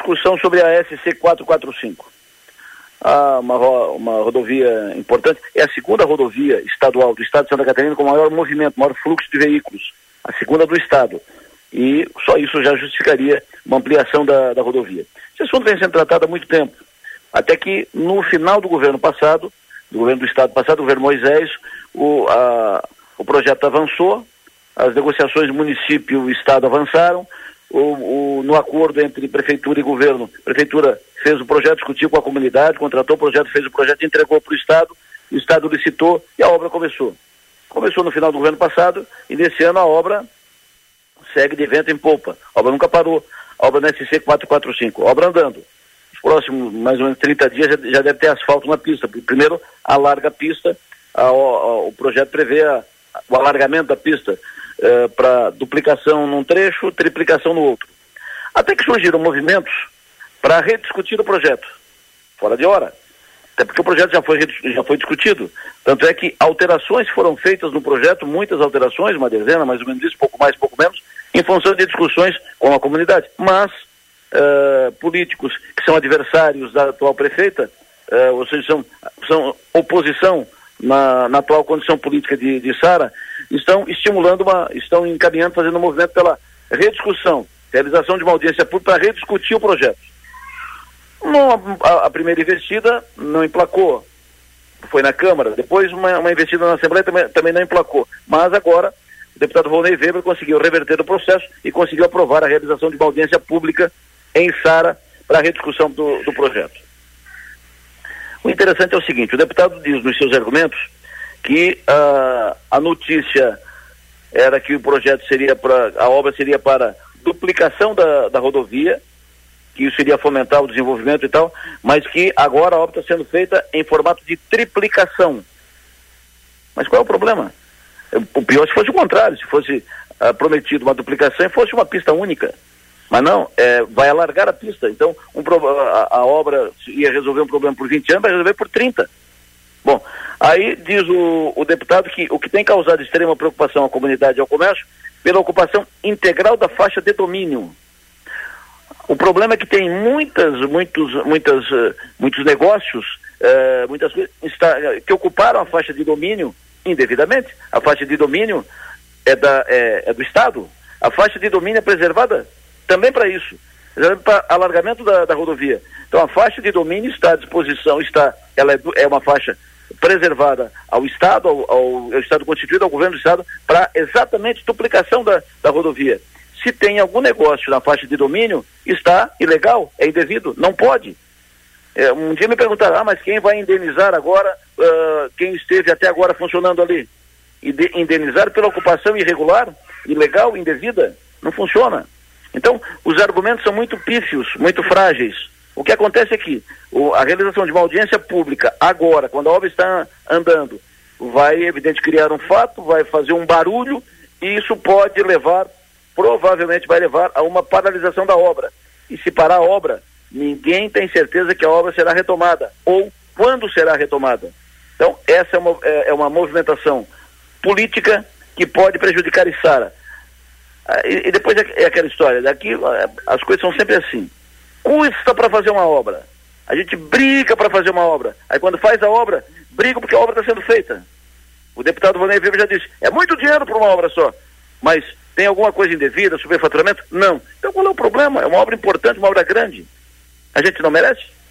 discussão sobre a SC 445. Uma rodovia importante, é a segunda rodovia estadual do estado de Santa Catarina com maior movimento, maior fluxo de veículos, a segunda do estado, e só isso já justificaria uma ampliação da rodovia. Esse assunto vem sendo tratado há muito tempo, até que no final do governo passado, do governo do estado passado, do governo Moisés, o projeto avançou, as negociações do município e o estado avançaram, no acordo entre prefeitura e governo, a prefeitura fez o projeto, discutiu com a comunidade, contratou o projeto, fez o projeto, entregou para o estado licitou e a obra começou. Começou no final do governo passado e nesse ano a obra segue de vento em popa. A obra nunca parou. A obra na SC 445, obra andando. Nos próximos mais ou menos 30 dias já deve ter asfalto na pista. Primeiro alarga a pista, o projeto prevê o alargamento da pista para duplicação num trecho, triplicação no outro. Até que surgiram movimentos para rediscutir o projeto, fora de hora. Até porque o projeto já foi discutido. Tanto é que alterações foram feitas no projeto, muitas alterações, uma dezena, mais ou menos isso, pouco mais, pouco menos, em função de discussões com a comunidade. Mas políticos que são adversários da atual prefeita, ou seja, são oposição na atual condição política de Sara, estão estão encaminhando, fazendo um movimento pela rediscussão, realização de uma audiência pública para rediscutir o projeto. A primeira investida não emplacou, foi na Câmara, depois uma investida na Assembleia também não emplacou, mas agora o deputado Volney Weber conseguiu reverter o processo e conseguiu aprovar a realização de uma audiência pública em Sara para a rediscussão do projeto. O interessante é o seguinte, o deputado diz nos seus argumentos que a notícia era que o projeto a obra seria para duplicação da rodovia, que isso iria fomentar o desenvolvimento e tal, mas que agora a obra está sendo feita em formato de triplicação. Mas qual é o problema? O pior se fosse o contrário, se fosse prometido uma duplicação e fosse uma pista única. Mas não, vai alargar a pista. Então, a obra ia resolver um problema por 20 anos, vai resolver por 30. Bom, aí diz o deputado que o que tem causado extrema preocupação à comunidade e ao comércio pela ocupação integral da faixa de domínio. O problema é que tem muitos negócios, muitas coisas que ocuparam a faixa de domínio indevidamente. A faixa de domínio é do Estado. A faixa de domínio é preservada também para isso, para alargamento da rodovia. Então a faixa de domínio está à disposição, ela é uma faixa preservada ao Estado, ao Estado constituído, ao governo do Estado, para exatamente duplicação da rodovia. Se tem algum negócio na faixa de domínio, está ilegal, é indevido, não pode. Um dia me perguntaram, mas quem vai indenizar agora quem esteve até agora funcionando ali? Indenizar pela ocupação irregular, ilegal, indevida? Não funciona. Então, os argumentos são muito pífios, muito frágeis. O que acontece é que a realização de uma audiência pública agora, quando a obra está andando, vai, evidente, criar um fato, vai fazer um barulho, e isso provavelmente vai levar a uma paralisação da obra. E se parar a obra, ninguém tem certeza que a obra será retomada, ou quando será retomada. Então, essa é uma movimentação política que pode prejudicar Içara. E depois é aquela história, daqui as coisas são sempre assim. Custa para fazer uma obra. A gente briga para fazer uma obra. Aí quando faz a obra, briga porque a obra está sendo feita. O deputado Volney Weber já disse, é muito dinheiro para uma obra só. Mas tem alguma coisa indevida, superfaturamento? Não. Então qual é o problema? É uma obra importante, uma obra grande. A gente não merece?